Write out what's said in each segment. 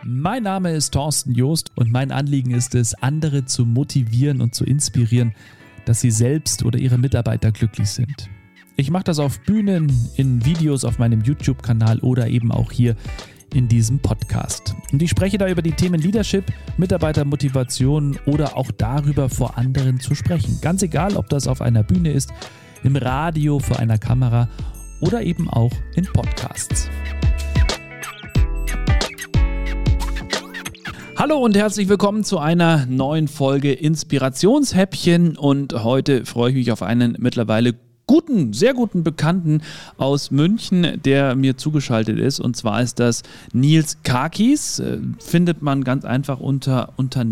Mein Name ist Thorsten Joost und mein Anliegen ist es, andere zu motivieren und zu inspirieren, dass sie selbst oder ihre Mitarbeiter glücklich sind. Ich mache das auf Bühnen, in Videos auf meinem YouTube-Kanal oder eben auch hier in diesem Podcast. Und ich spreche da über die Themen Leadership, Mitarbeitermotivation oder auch darüber, vor anderen zu sprechen. Ganz egal, ob das auf einer Bühne ist, im Radio, vor einer Kamera oder eben auch in Podcasts. Hallo und herzlich willkommen zu einer neuen Folge Inspirationshäppchen, und heute freue ich mich auf einen mittlerweile sehr guten Bekannten aus München, der mir zugeschaltet ist, und zwar ist das Nils Kakis, findet man ganz einfach unter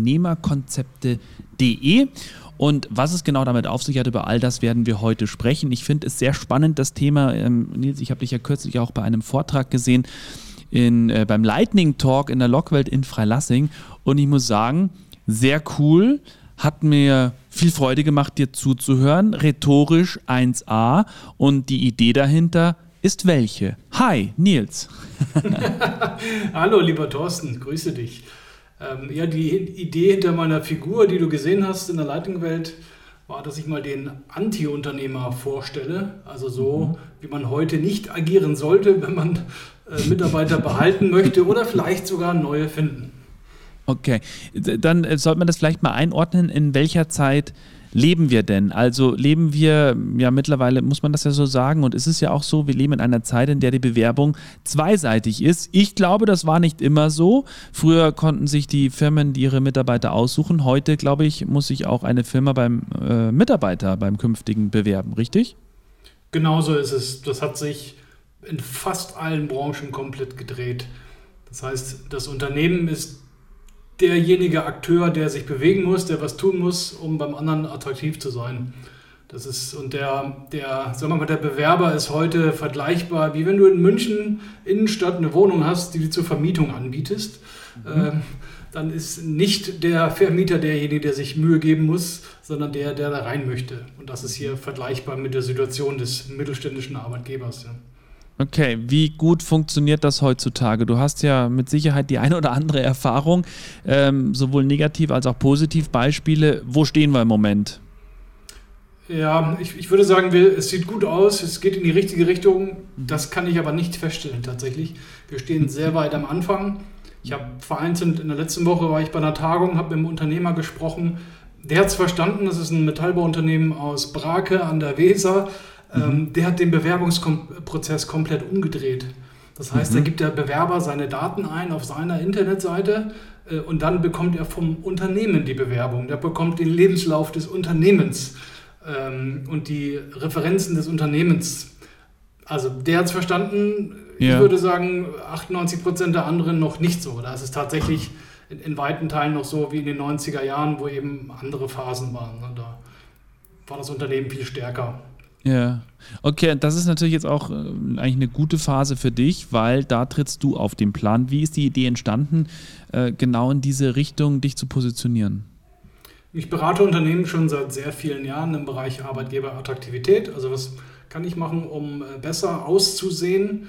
unternehmerkonzepte.de. Und was es genau damit auf sich hat, über all das werden wir heute sprechen. Ich finde es sehr spannend, das Thema. Nils, ich habe dich ja kürzlich auch bei einem Vortrag gesehen, beim Lightning Talk in der Lockwelt in Freilassing, und ich muss sagen, sehr cool, hat mir viel Freude gemacht, dir zuzuhören, rhetorisch 1A, und die Idee dahinter ist welche? Hi, Nils. Hallo, lieber Thorsten, grüße dich. Die Idee hinter meiner Figur, die du gesehen hast in der Lightning-Welt, war, dass ich mal den Anti-Unternehmer vorstelle, also so, wie man heute nicht agieren sollte, wenn man Mitarbeiter behalten möchte oder vielleicht sogar neue finden. Okay, dann sollte man das vielleicht mal einordnen, in welcher Zeit leben wir denn? Also leben wir, ja mittlerweile muss man das ja so sagen, und es ist ja auch so, wir leben in einer Zeit, in der die Bewerbung zweiseitig ist. Ich glaube, das war nicht immer so. Früher konnten sich die Firmen ihre Mitarbeiter aussuchen. Heute, glaube ich, muss sich auch eine Firma beim Mitarbeiter, beim künftigen bewerben, richtig? Genau so ist es. Das hat sich in fast allen Branchen komplett gedreht. Das heißt, das Unternehmen ist derjenige Akteur, der sich bewegen muss, der was tun muss, um beim anderen attraktiv zu sein. Das ist, und der Bewerber ist heute vergleichbar, wie wenn du in München Innenstadt eine Wohnung hast, die du zur Vermietung anbietest. Dann ist nicht der Vermieter derjenige, der sich Mühe geben muss, sondern der da rein möchte. Und das ist hier vergleichbar mit der Situation des mittelständischen Arbeitgebers. Ja. Okay, wie gut funktioniert das heutzutage? Du hast ja mit Sicherheit die eine oder andere Erfahrung, sowohl negativ als auch positiv Beispiele. Wo stehen wir im Moment? Ja, ich würde sagen, es sieht gut aus, es geht in die richtige Richtung. Das kann ich aber nicht feststellen tatsächlich. Wir stehen sehr weit am Anfang. Ich habe vereinzelt, in der letzten Woche war ich bei einer Tagung, habe mit einem Unternehmer gesprochen. Der hat es verstanden, das ist ein Metallbauunternehmen aus Brake an der Weser. Der hat den Bewerbungsprozess komplett umgedreht. Das heißt, da gibt der Bewerber seine Daten ein auf seiner Internetseite und dann bekommt er vom Unternehmen die Bewerbung. Der bekommt den Lebenslauf des Unternehmens und die Referenzen des Unternehmens. Also der hat es verstanden. Ja. Ich würde sagen, 98% der anderen noch nicht so. Da ist es tatsächlich in weiten Teilen noch so wie in den 90er Jahren, wo eben andere Phasen waren. Da war das Unternehmen viel stärker. Ja, okay, das ist natürlich jetzt auch eigentlich eine gute Phase für dich, weil da trittst du auf den Plan. Wie ist die Idee entstanden, genau in diese Richtung dich zu positionieren? Ich berate Unternehmen schon seit sehr vielen Jahren im Bereich Arbeitgeberattraktivität. Also was kann ich machen, um besser auszusehen?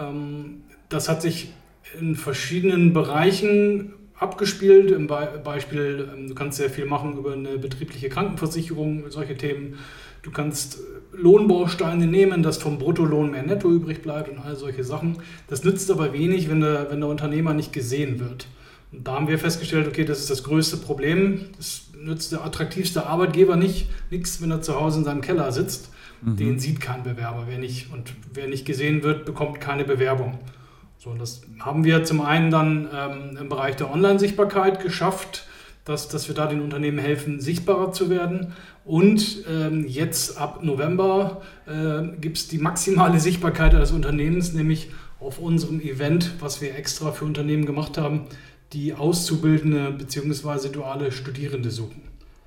Das hat sich in verschiedenen Bereichen abgespielt. Im Beispiel, du kannst sehr viel machen über eine betriebliche Krankenversicherung, solche Themen. Du kannst Lohnbausteine nehmen, dass vom Bruttolohn mehr Netto übrig bleibt und all solche Sachen. Das nützt aber wenig, wenn der Unternehmer nicht gesehen wird. Und da haben wir festgestellt, okay, das ist das größte Problem. Das nützt der attraktivste Arbeitgeber nichts, wenn er zu Hause in seinem Keller sitzt. Den sieht kein Bewerber. Wer nicht gesehen wird, bekommt keine Bewerbung. So, und das haben wir zum einen dann im Bereich der Online-Sichtbarkeit geschafft, dass wir da den Unternehmen helfen, sichtbarer zu werden. Und jetzt ab November gibt es die maximale Sichtbarkeit des Unternehmens, nämlich auf unserem Event, was wir extra für Unternehmen gemacht haben, die Auszubildende bzw. duale Studierende suchen.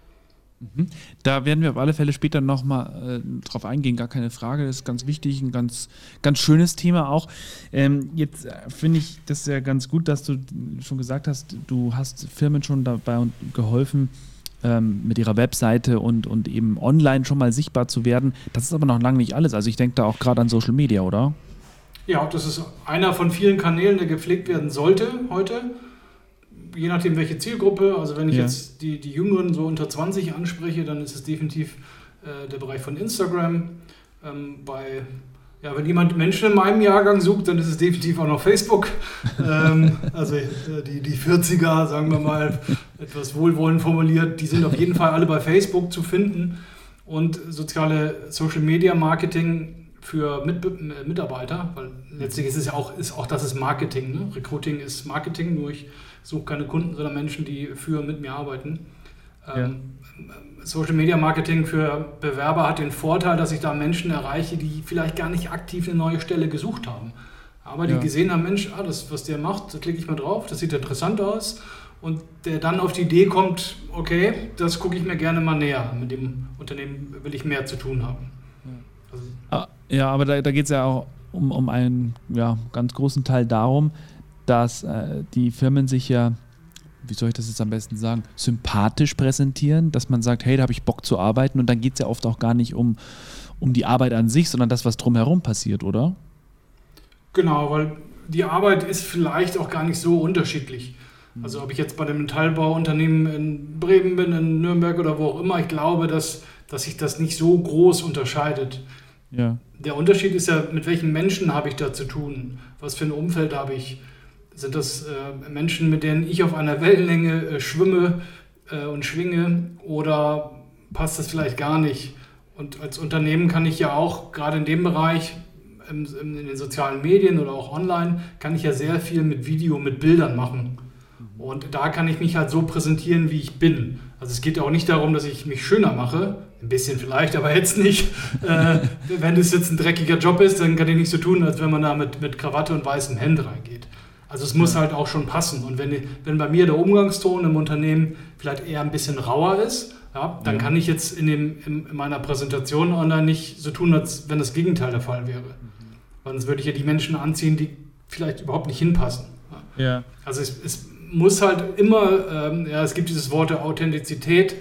Da werden wir auf alle Fälle später nochmal drauf eingehen, gar keine Frage. Das ist ganz wichtig, ein ganz, ganz schönes Thema auch. Jetzt finde ich das ja ganz gut, dass du schon gesagt hast, du hast Firmen schon dabei geholfen, mit ihrer Webseite und eben online schon mal sichtbar zu werden. Das ist aber noch lange nicht alles. Also ich denke da auch gerade an Social Media, oder? Ja, das ist einer von vielen Kanälen, der gepflegt werden sollte heute. je nachdem welche Zielgruppe, also wenn ich jetzt die Jüngeren so unter 20 anspreche, dann ist es definitiv der Bereich von Instagram. Wenn jemand Menschen in meinem Jahrgang sucht, dann ist es definitiv auch noch Facebook. Also die 40er, sagen wir mal, etwas wohlwollend formuliert, die sind auf jeden Fall alle bei Facebook zu finden. Und soziale Social-Media-Marketing für Mitarbeiter, weil letztlich ist es ja auch das ist Marketing. Ne? Recruiting ist Marketing, nur ich suche keine Kunden, sondern Menschen, die mit mir arbeiten. Social Media Marketing für Bewerber hat den Vorteil, dass ich da Menschen erreiche, die vielleicht gar nicht aktiv eine neue Stelle gesucht haben. Aber die gesehen haben, Mensch, das, was der macht, da klicke ich mal drauf, das sieht interessant aus. Und der dann auf die Idee kommt, okay, das gucke ich mir gerne mal näher an. Mit dem Unternehmen will ich mehr zu tun haben. Ja, aber da geht es ja auch um einen ganz großen Teil darum, dass die Firmen sich ja, wie soll ich das jetzt am besten sagen, sympathisch präsentieren, dass man sagt, hey, da habe ich Bock zu arbeiten, und dann geht es ja oft auch gar nicht um die Arbeit an sich, sondern das, was drumherum passiert, oder? Genau, weil die Arbeit ist vielleicht auch gar nicht so unterschiedlich. Also ob ich jetzt bei dem Metallbauunternehmen in Bremen bin, in Nürnberg oder wo auch immer, ich glaube, dass sich das nicht so groß unterscheidet. Ja. Der Unterschied ist ja, mit welchen Menschen habe ich da zu tun? Was für ein Umfeld habe ich? Sind das Menschen, mit denen ich auf einer Wellenlänge schwimme und schwinge, oder passt das vielleicht gar nicht? Und als Unternehmen kann ich ja auch, gerade in dem Bereich, in den sozialen Medien oder auch online, kann ich ja sehr viel mit Video, mit Bildern machen. Und da kann ich mich halt so präsentieren, wie ich bin. Also es geht auch nicht darum, dass ich mich schöner mache, ein bisschen vielleicht, aber jetzt nicht. Wenn es jetzt ein dreckiger Job ist, dann kann ich nicht so tun, als wenn man da mit Krawatte und weißem Hemd reingeht. Also es muss halt auch schon passen. Und wenn bei mir der Umgangston im Unternehmen vielleicht eher ein bisschen rauer ist, dann kann ich jetzt in meiner Präsentation online nicht so tun, als wenn das Gegenteil der Fall wäre. Sonst würde ich ja die Menschen anziehen, die vielleicht überhaupt nicht hinpassen. Ja. Also es muss halt immer, es gibt dieses Wort der Authentizität,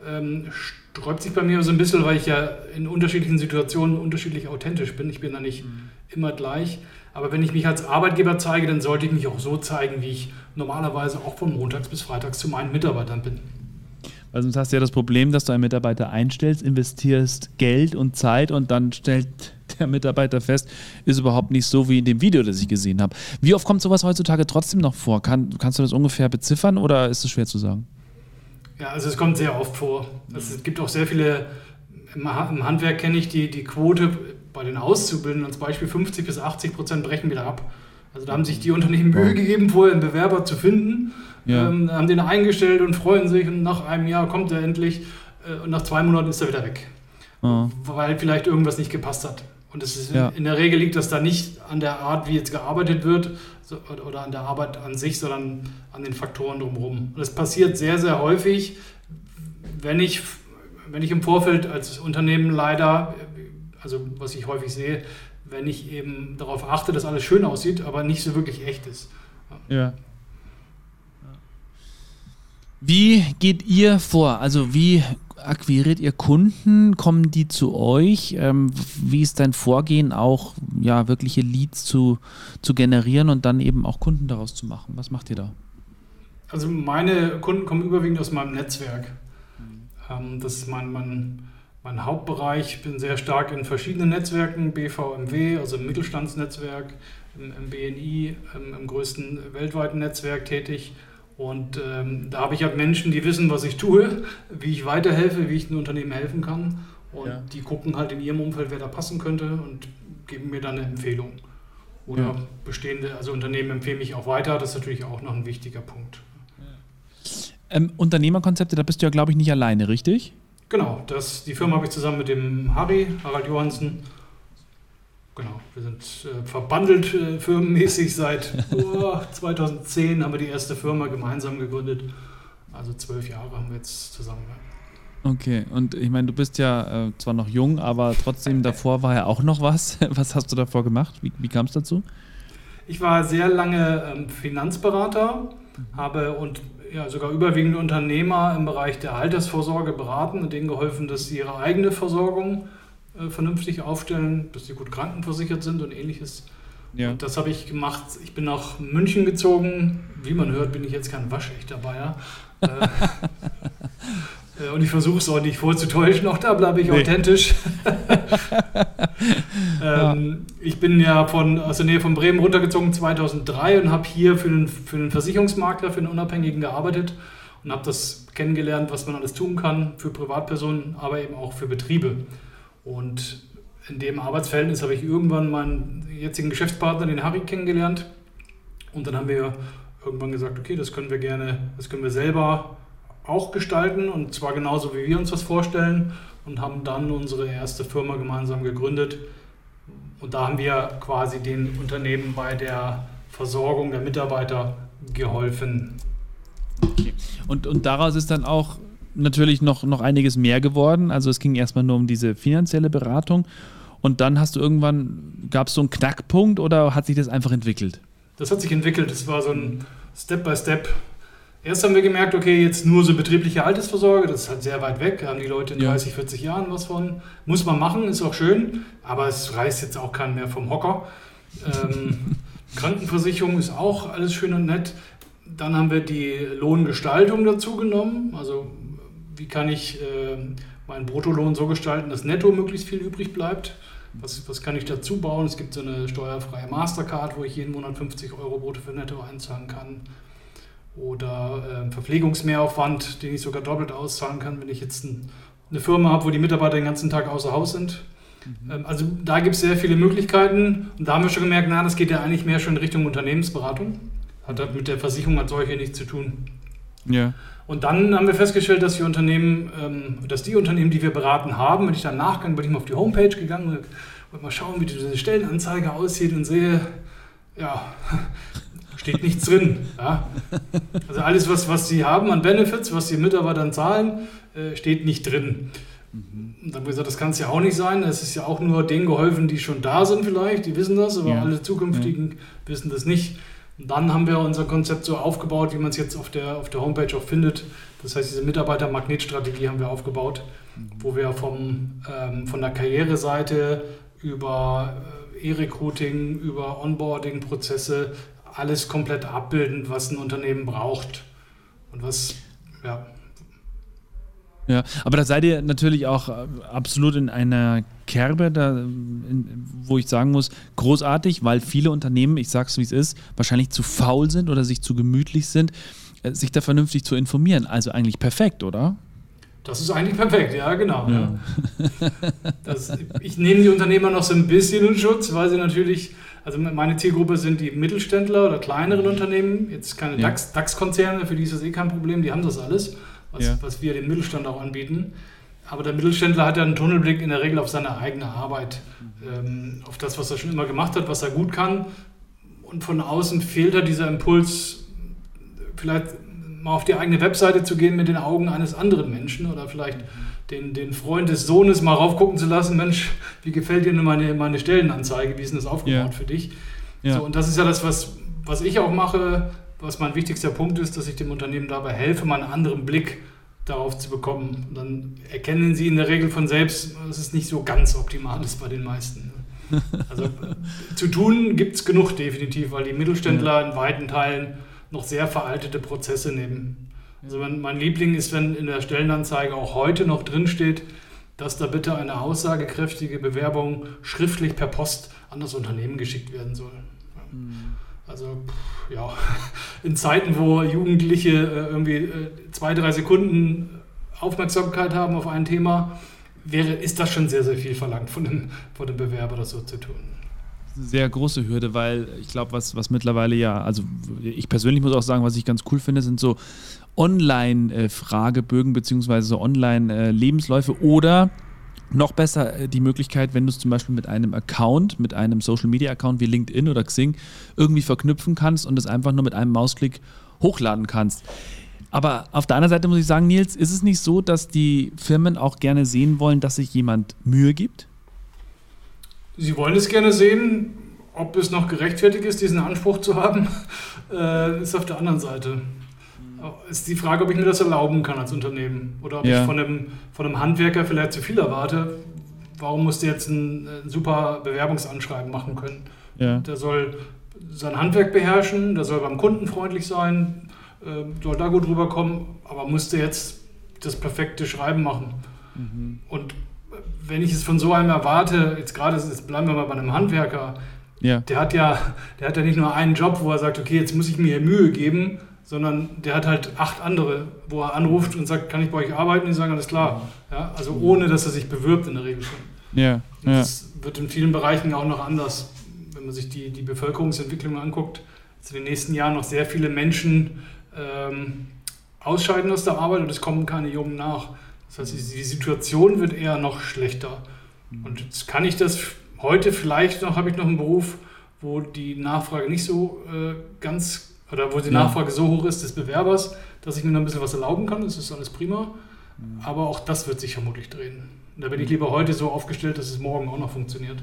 sträubt sich bei mir so ein bisschen, weil ich ja in unterschiedlichen Situationen unterschiedlich authentisch bin. Ich bin da nicht immer gleich. Aber wenn ich mich als Arbeitgeber zeige, dann sollte ich mich auch so zeigen, wie ich normalerweise auch von montags bis freitags zu meinen Mitarbeitern bin. Weil sonst hast du ja das Problem, dass du einen Mitarbeiter einstellst, investierst Geld und Zeit, und dann stellt der Mitarbeiter fest, ist überhaupt nicht so wie in dem Video, das ich gesehen habe. Wie oft kommt sowas heutzutage trotzdem noch vor? Kannst du das ungefähr beziffern, oder ist es schwer zu sagen? Ja, also es kommt sehr oft vor. Es gibt auch sehr viele, im Handwerk kenne ich die Quote bei den Auszubildenden als Beispiel, 50-80% brechen wieder ab. Also da haben sich die Unternehmen Mühe gegeben, vorher einen Bewerber zu finden, haben den eingestellt und freuen sich, und nach einem Jahr kommt er endlich und nach 2 Monaten ist er wieder weg. Weil vielleicht irgendwas nicht gepasst hat. Und es ist in der Regel liegt das da nicht an der Art, wie jetzt gearbeitet wird, oder an der Arbeit an sich, sondern an den Faktoren drumherum. Und das passiert sehr, sehr häufig, wenn ich im Vorfeld als Unternehmen leider, also was ich häufig sehe, wenn ich eben darauf achte, dass alles schön aussieht, aber nicht so wirklich echt ist. Ja. Wie geht ihr vor? Also wie akquiriert ihr Kunden? Kommen die zu euch? Wie ist dein Vorgehen, auch wirkliche Leads zu generieren und dann eben auch Kunden daraus zu machen? Was macht ihr da? Also meine Kunden kommen überwiegend aus meinem Netzwerk. Das ist mein Hauptbereich. Ich bin sehr stark in verschiedenen Netzwerken, BVMW, also im Mittelstandsnetzwerk, im BNI, im größten weltweiten Netzwerk tätig. Und da habe ich halt Menschen, die wissen, was ich tue, wie ich weiterhelfe, wie ich einem Unternehmen helfen kann. Und die gucken halt in ihrem Umfeld, wer da passen könnte, und geben mir dann eine Empfehlung. Oder bestehende, also Unternehmen empfehlen mich auch weiter. Das ist natürlich auch noch ein wichtiger Punkt. Unternehmerkonzepte, da bist du ja, glaube ich, nicht alleine, richtig? Genau, die Firma habe ich zusammen mit dem Harald Johansen. Genau, wir sind verbandelt firmenmäßig seit 2010 haben wir die erste Firma gemeinsam gegründet. Also 12 Jahre haben wir jetzt zusammen. Okay, und ich meine, du bist ja zwar noch jung, aber trotzdem davor war ja auch noch was. Was hast du davor gemacht? Wie kam es dazu? Ich war sehr lange Finanzberater, habe sogar überwiegend Unternehmer im Bereich der Altersvorsorge beraten und denen geholfen, dass sie ihre eigene Versorgung vernünftig aufstellen, dass sie gut krankenversichert sind und ähnliches. Ja. Und das habe ich gemacht. Ich bin nach München gezogen. Wie man hört, bin ich jetzt kein waschechter Bayer. Und ich versuche es auch nicht vorzutäuschen. Auch da bleibe ich authentisch. Ich bin ja aus der Nähe von Bremen runtergezogen 2003 und habe hier für einen Versicherungsmakler, für einen Unabhängigen gearbeitet und habe das kennengelernt, was man alles tun kann für Privatpersonen, aber eben auch für Betriebe. Und in dem Arbeitsverhältnis habe ich irgendwann meinen jetzigen Geschäftspartner, den Harry, kennengelernt. Und dann haben wir irgendwann gesagt, okay, das können wir selber auch gestalten und zwar genauso, wie wir uns das vorstellen, und haben dann unsere erste Firma gemeinsam gegründet. Und da haben wir quasi den Unternehmen bei der Versorgung der Mitarbeiter geholfen. Okay. Und daraus ist dann auch natürlich noch einiges mehr geworden. Also es ging erstmal nur um diese finanzielle Beratung und dann gab es so einen Knackpunkt oder hat sich das einfach entwickelt? Das hat sich entwickelt. Das war so ein Step-by-Step. Erst haben wir gemerkt, okay, jetzt nur so betriebliche Altersvorsorge, das ist halt sehr weit weg, da haben die Leute in 30, 40 Jahren was von. Muss man machen, ist auch schön, aber es reißt jetzt auch keinen mehr vom Hocker. Krankenversicherung ist auch alles schön und nett. Dann haben wir die Lohngestaltung dazu genommen, also wie kann ich meinen Bruttolohn so gestalten, dass netto möglichst viel übrig bleibt. Was kann ich dazu bauen? Es gibt so eine steuerfreie Mastercard, wo ich jeden Monat 50 € brutto für netto einzahlen kann. Oder Verpflegungsmehraufwand, den ich sogar doppelt auszahlen kann, wenn ich jetzt eine Firma habe, wo die Mitarbeiter den ganzen Tag außer Haus sind. Also da gibt es sehr viele Möglichkeiten. Und da haben wir schon gemerkt, das geht ja eigentlich mehr schon in Richtung Unternehmensberatung. Hat halt mit der Versicherung als solche nichts zu tun. Ja. Und dann haben wir festgestellt, dass die Unternehmen, die wir beraten haben, wenn ich dann nachgang, bin ich mal auf die Homepage gegangen und mal schauen, wie diese Stellenanzeige aussieht und sehe, steht nichts drin. Ja. Also alles, was sie haben an Benefits, was die Mitarbeitern zahlen, steht nicht drin. Und dann haben wir gesagt, das kann es ja auch nicht sein. Es ist ja auch nur denen geholfen, die schon da sind vielleicht, die wissen das, aber alle zukünftigen wissen das nicht. Und dann haben wir unser Konzept so aufgebaut, wie man es jetzt auf der Homepage auch findet. Das heißt, diese Mitarbeiter-Magnetstrategie haben wir aufgebaut, wo wir von der Karriereseite über E-Recruiting, über Onboarding-Prozesse alles komplett abbilden, was ein Unternehmen braucht. Und Ja, aber da seid ihr natürlich auch absolut in einer Kerbe, wo ich sagen muss, großartig, weil viele Unternehmen, ich sag's wie es ist, wahrscheinlich zu faul sind oder sich zu gemütlich sind, sich da vernünftig zu informieren. Also eigentlich perfekt, oder? Das ist eigentlich perfekt, ja, genau. Ja. Ich nehme die Unternehmer noch so ein bisschen in Schutz, weil sie natürlich, also meine Zielgruppe sind die Mittelständler oder kleineren Unternehmen, jetzt keine DAX-Konzerne, für die ist das kein Problem, die haben das alles. Was wir dem Mittelstand auch anbieten. Aber der Mittelständler hat ja einen Tunnelblick in der Regel auf seine eigene Arbeit, auf das, was er schon immer gemacht hat, was er gut kann. Und von außen fehlt halt dieser Impuls, vielleicht mal auf die eigene Webseite zu gehen mit den Augen eines anderen Menschen oder vielleicht den Freund des Sohnes mal raufgucken zu lassen, Mensch, wie gefällt dir denn meine Stellenanzeige, wie ist denn das aufgebaut für dich? Ja. So, und das ist ja das, was ich auch mache, was mein wichtigster Punkt ist, dass ich dem Unternehmen dabei helfe, mal einen anderen Blick darauf zu bekommen. Und dann erkennen sie in der Regel von selbst, dass es nicht so ganz optimal ist bei den meisten. Also zu tun gibt es genug definitiv, weil die Mittelständler in weiten Teilen noch sehr veraltete Prozesse nehmen. Also mein Liebling ist, wenn in der Stellenanzeige auch heute noch drinsteht, dass da bitte eine aussagekräftige Bewerbung schriftlich per Post an das Unternehmen geschickt werden soll. Also in Zeiten, wo Jugendliche irgendwie 2-3 Sekunden Aufmerksamkeit haben auf ein Thema, ist das schon sehr, sehr viel verlangt von dem Bewerber, das so zu tun. Sehr große Hürde, weil ich glaube, was mittlerweile also ich persönlich muss auch sagen, was ich ganz cool finde, sind so Online-Fragebögen beziehungsweise so Online-Lebensläufe oder noch besser die Möglichkeit, wenn du es zum Beispiel mit einem Account, mit einem Social-Media-Account wie LinkedIn oder Xing irgendwie verknüpfen kannst und es einfach nur mit einem Mausklick hochladen kannst. Aber auf der anderen Seite muss ich sagen, Nils, ist es nicht so, dass die Firmen auch gerne sehen wollen, dass sich jemand Mühe gibt? Sie wollen es gerne sehen. Ob es noch gerechtfertigt ist, diesen Anspruch zu haben, ist auf der anderen Seite. Ist die Frage, ob ich mir das erlauben kann als Unternehmen oder ob ich von einem Handwerker vielleicht zu viel erwarte. Warum muss der jetzt ein super Bewerbungsanschreiben machen können? Ja. Der soll sein Handwerk beherrschen, der soll beim Kunden freundlich sein, soll da gut rüberkommen, aber musste jetzt das perfekte Schreiben machen. Und wenn ich es von so einem erwarte, jetzt bleiben wir mal bei einem Handwerker, der hat ja nicht nur einen Job, wo er sagt, okay, jetzt muss ich mir Mühe geben, sondern der hat halt 8 andere, wo er anruft und sagt, kann ich bei euch arbeiten? Die sagen, alles klar. Ja, also ohne, dass er sich bewirbt in der Regel schon. Ja. Das wird in vielen Bereichen auch noch anders. Wenn man sich die Bevölkerungsentwicklung anguckt, dass in den nächsten Jahren noch sehr viele Menschen ausscheiden aus der Arbeit und es kommen keine Jungen nach. Das heißt, die Situation wird eher noch schlechter. Und jetzt kann ich das heute vielleicht noch, habe ich noch einen Beruf, wo die Nachfrage nicht so wo die Nachfrage so hoch ist des Bewerbers, dass ich mir noch ein bisschen was erlauben kann. Das ist alles prima. Aber auch das wird sich vermutlich drehen. Und da bin ich lieber heute so aufgestellt, dass es morgen auch noch funktioniert.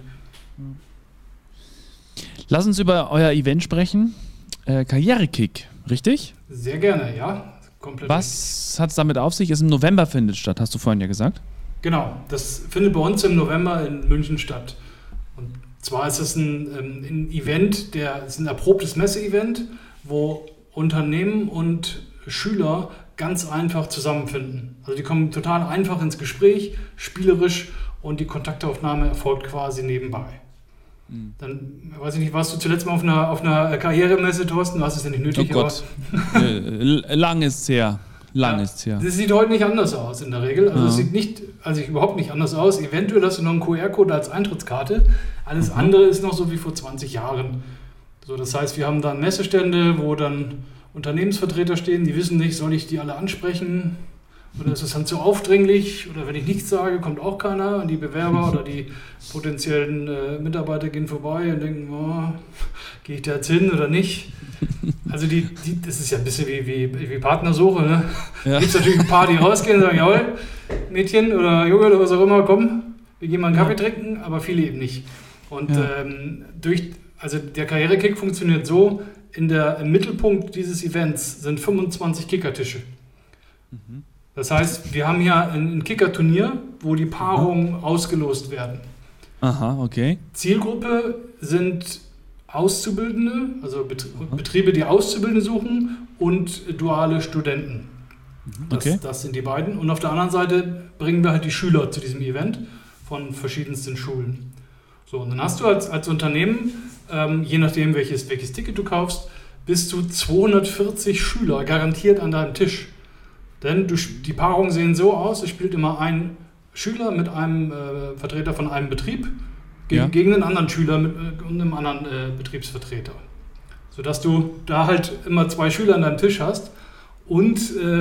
Lass uns über euer Event sprechen. Karrierekick, richtig? Sehr gerne, ja. Komplett. Was hat es damit auf sich? Es im November findet statt, hast du vorhin ja gesagt. Genau, das findet bei uns im November in München statt. Und zwar ist es ein Event, ist ein erprobtes Messe-Event, wo Unternehmen und Schüler ganz einfach zusammenfinden. Also die kommen total einfach ins Gespräch, spielerisch, und die Kontaktaufnahme erfolgt quasi nebenbei. Dann, weiß ich nicht, warst du zuletzt mal auf einer Karrieremesse, Thorsten? Du hast es ja nicht nötig. Oh Gott, lang ist es her. Das sieht heute nicht anders aus in der Regel. Also es sieht überhaupt nicht anders aus. Eventuell hast du noch einen QR-Code als Eintrittskarte. Alles andere ist noch so wie vor 20 Jahren. So, das heißt, wir haben dann Messestände, wo dann Unternehmensvertreter stehen, die wissen nicht, soll ich die alle ansprechen? Oder ist es dann zu aufdringlich? Oder wenn ich nichts sage, kommt auch keiner. Und die Bewerber oder die potenziellen Mitarbeiter gehen vorbei und denken, gehe ich da jetzt hin oder nicht? Also das ist ja ein bisschen wie Partnersuche. Ne? Ja. Gibt es natürlich ein paar, die rausgehen und sagen, jawohl, Mädchen oder Junge oder was auch immer, komm, wir gehen mal einen Kaffee trinken, aber viele eben nicht. Und der Karrierekick funktioniert so, im Mittelpunkt dieses Events sind 25 Kickertische. Das heißt, wir haben hier ein Kickerturnier, wo die Paarungen ausgelost werden. Aha, okay. Zielgruppe sind Auszubildende, also Betriebe, die Auszubildende suchen, und duale Studenten. Das sind die beiden. Und auf der anderen Seite bringen wir halt die Schüler zu diesem Event von verschiedensten Schulen. So, und dann hast du als Unternehmen, je nachdem welches Ticket du kaufst, bis zu 240 Schüler garantiert an deinem Tisch. Denn die Paarungen sehen so aus, es spielt immer ein Schüler mit einem Vertreter von einem Betrieb gegen einen anderen Schüler und einem anderen Betriebsvertreter. Sodass du da halt immer 2 Schüler an deinem Tisch hast und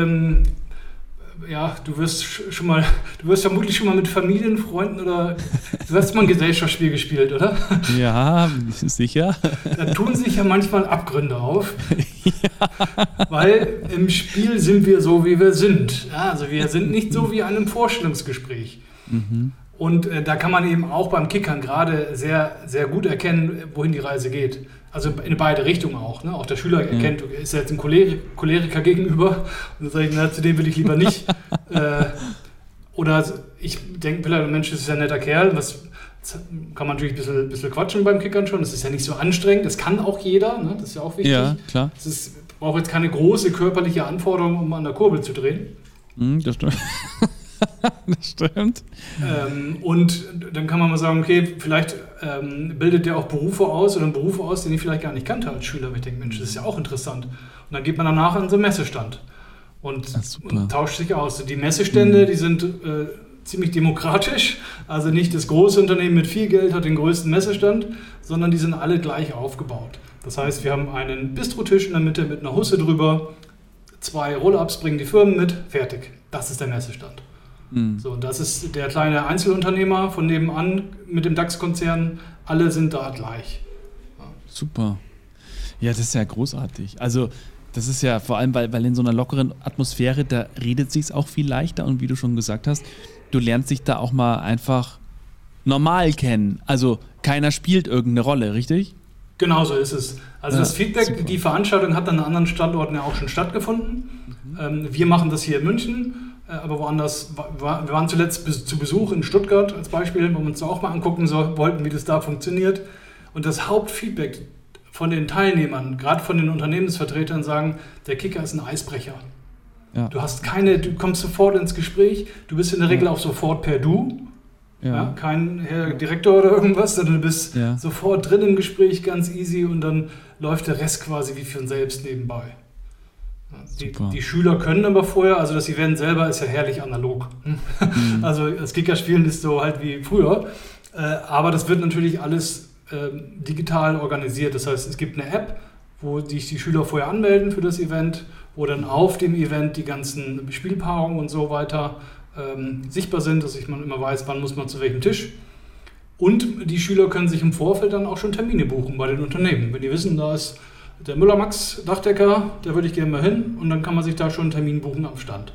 du wirst vermutlich schon mal mit Familienfreunden oder du hast mal ein Gesellschaftsspiel gespielt, oder? Ja, sicher. Da tun sich ja manchmal Abgründe auf, weil im Spiel sind wir so, wie wir sind. Ja, also wir sind nicht so wie in einem Vorstellungsgespräch. Und da kann man eben auch beim Kickern gerade sehr, sehr gut erkennen, wohin die Reise geht. Also in beide Richtungen auch. Ne? Auch der Schüler erkennt, ist ja jetzt ein Choleriker gegenüber. Und dann sage ich, zu dem will ich lieber nicht. Oder ich denke, vielleicht ein Mensch, das ist ja ein netter Kerl. Das kann man natürlich ein bisschen quatschen beim Kickern schon. Das ist ja nicht so anstrengend. Das kann auch jeder. Ne? Das ist ja auch wichtig. Ja, klar. Braucht jetzt keine große körperliche Anforderung, um an der Kurbel zu drehen. Das stimmt. Das stimmt. Und dann kann man mal sagen, okay, vielleicht bildet der auch Berufe aus oder einen Beruf aus, den ich vielleicht gar nicht kannte als Schüler. Ich denke, Mensch, das ist ja auch interessant. Und dann geht man danach an so einen Messestand und tauscht sich aus. Die Messestände, die sind ziemlich demokratisch. Also nicht das große Unternehmen mit viel Geld hat den größten Messestand, sondern die sind alle gleich aufgebaut. Das heißt, wir haben einen Bistrotisch in der Mitte mit einer Husse drüber, 2 Roll-Ups bringen die Firmen mit, fertig. Das ist der Messestand. So, das ist der kleine Einzelunternehmer von nebenan mit dem DAX-Konzern. Alle sind da gleich. Ja. Super. Ja, das ist ja großartig. Also das ist ja vor allem, weil in so einer lockeren Atmosphäre, da redet sich's auch viel leichter. Und wie du schon gesagt hast, du lernst dich da auch mal einfach normal kennen. Also keiner spielt irgendeine Rolle, richtig? Genau so ist es. Also das Feedback, super. Die Veranstaltung hat an anderen Standorten ja auch schon stattgefunden. Wir machen das hier in München. Aber woanders, wir waren zuletzt zu Besuch in Stuttgart als Beispiel, wo wir uns da auch mal angucken wollten, wie das da funktioniert. Und das Hauptfeedback von den Teilnehmern, gerade von den Unternehmensvertretern, sagen, der Kicker ist ein Eisbrecher. Ja. Du kommst sofort ins Gespräch, du bist in der Regel auch sofort per Du. Ja, kein Herr Direktor oder irgendwas, sondern du bist sofort drin im Gespräch, ganz easy, und dann läuft der Rest quasi wie von selbst nebenbei. Die Schüler können aber vorher, also das Event selber ist ja herrlich analog. Also das Kickerspielen ist so halt wie früher, aber das wird natürlich alles digital organisiert. Das heißt, es gibt eine App, wo sich die Schüler vorher anmelden für das Event, wo dann auf dem Event die ganzen Spielpaarungen und so weiter sichtbar sind, dass man immer weiß, wann muss man zu welchem Tisch. Und die Schüler können sich im Vorfeld dann auch schon Termine buchen bei den Unternehmen. Wenn die wissen, da ist der Müller-Max Dachdecker, da würde ich gerne mal hin, und dann kann man sich da schon einen Termin buchen am Stand.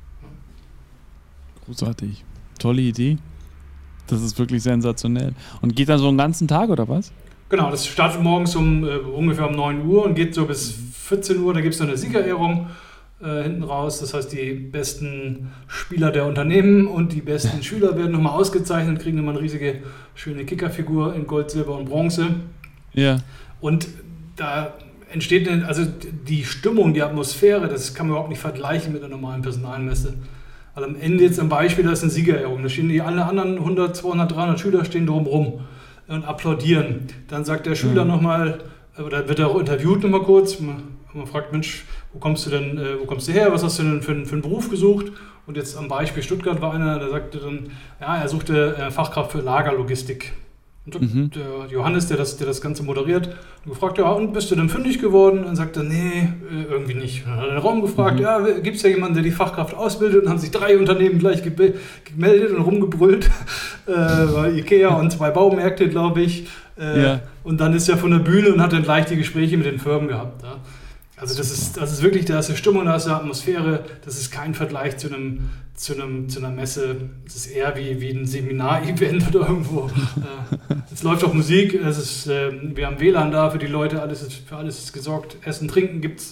Großartig. Tolle Idee. Das ist wirklich sensationell. Und geht dann so einen ganzen Tag oder was? Genau, das startet morgens ungefähr um 9 Uhr und geht so bis 14 Uhr. Da gibt es noch eine Siegerehrung hinten raus. Das heißt, die besten Spieler der Unternehmen und die besten Schüler werden nochmal ausgezeichnet, kriegen nochmal eine riesige, schöne Kickerfigur in Gold, Silber und Bronze. Ja. Und da entsteht also die Stimmung, die Atmosphäre, das kann man überhaupt nicht vergleichen mit einer normalen Personalmesse. Also am Ende jetzt ein Beispiel, da ist eine Siegerehrung. Da stehen alle anderen 100, 200, 300 Schüler stehen drumherum und applaudieren. Dann sagt der Schüler nochmal, oder wird er auch interviewt nochmal kurz. Man fragt, Mensch, wo kommst du her? Was hast du denn für einen Beruf gesucht? Und jetzt am Beispiel Stuttgart war einer, der sagte dann, ja, er suchte Fachkraft für Lagerlogistik. Und der Johannes, der das Ganze moderiert, hat gefragt, ja, und bist du denn fündig geworden? Und dann sagte er, nee, irgendwie nicht. Und dann hat er den Raum gefragt, ja, gibt es ja jemanden, der die Fachkraft ausbildet? Und dann haben sich 3 Unternehmen gleich gemeldet und rumgebrüllt, bei Ikea und 2 Baumärkte, glaube ich. Und dann ist er von der Bühne und hat dann gleich die Gespräche mit den Firmen gehabt. Ja. Also das ist wirklich, da ist eine Stimmung, da ist eine Atmosphäre, das ist kein Vergleich zu einer Messe, das ist eher wie ein Seminar-Event oder irgendwo. Es läuft auch Musik, wir haben WLAN da für die Leute, für alles ist gesorgt, Essen, Trinken gibt's.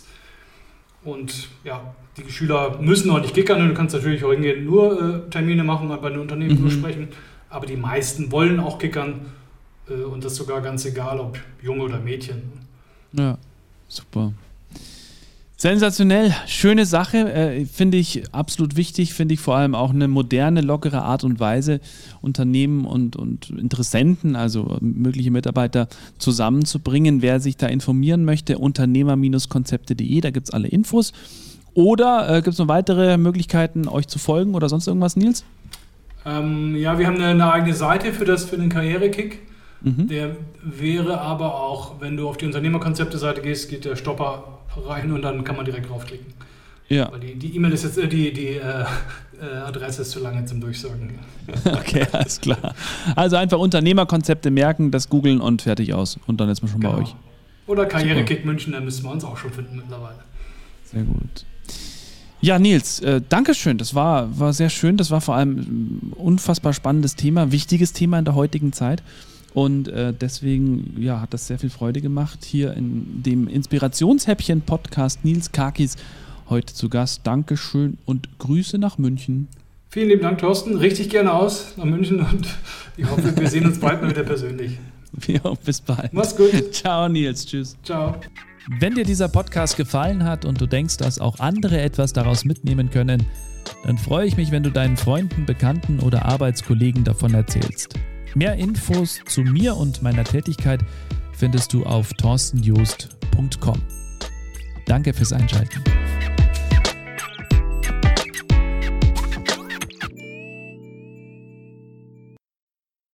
Und ja, die Schüler müssen auch nicht kickern, du kannst natürlich auch hingehen, nur Termine machen, bei den Unternehmen nur sprechen, aber die meisten wollen auch kickern, und das sogar ganz egal, ob Junge oder Mädchen. Ja, super. Sensationell, schöne Sache, finde ich absolut wichtig, finde ich vor allem auch eine moderne, lockere Art und Weise, Unternehmen und Interessenten, also mögliche Mitarbeiter zusammenzubringen. Wer sich da informieren möchte, unternehmer-konzepte.de, da gibt es alle Infos. Oder gibt es noch weitere Möglichkeiten, euch zu folgen oder sonst irgendwas, Nils? Ja, wir haben eine eigene Seite für den Karrierekick. Der wäre aber auch, wenn du auf die Unternehmerkonzepte-Seite gehst, geht der Stopper rein und dann kann man direkt draufklicken. Ja. Weil die E-Mail ist jetzt, die Adresse ist zu lange zum Durchsagen. Okay, alles klar. Also einfach Unternehmerkonzepte merken, das googeln und fertig aus. Und dann ist man schon bei euch. Oder Karrierekick München, da müssen wir uns auch schon finden mittlerweile. Sehr gut. Ja, Nils, Dankeschön. Das war sehr schön. Das war vor allem ein unfassbar spannendes Thema, wichtiges Thema in der heutigen Zeit. Und deswegen hat das sehr viel Freude gemacht, hier in dem Inspirationshäppchen-Podcast Nils Kakis heute zu Gast. Dankeschön und Grüße nach München. Vielen lieben Dank, Thorsten. Richtig gerne aus nach München und ich hoffe, wir sehen uns bald mal wieder persönlich. Ja, bis bald. Mach's gut. Ciao, Nils. Tschüss. Ciao. Wenn dir dieser Podcast gefallen hat und du denkst, dass auch andere etwas daraus mitnehmen können, dann freue ich mich, wenn du deinen Freunden, Bekannten oder Arbeitskollegen davon erzählst. Mehr Infos zu mir und meiner Tätigkeit findest du auf torstenjoost.com. Danke fürs Einschalten.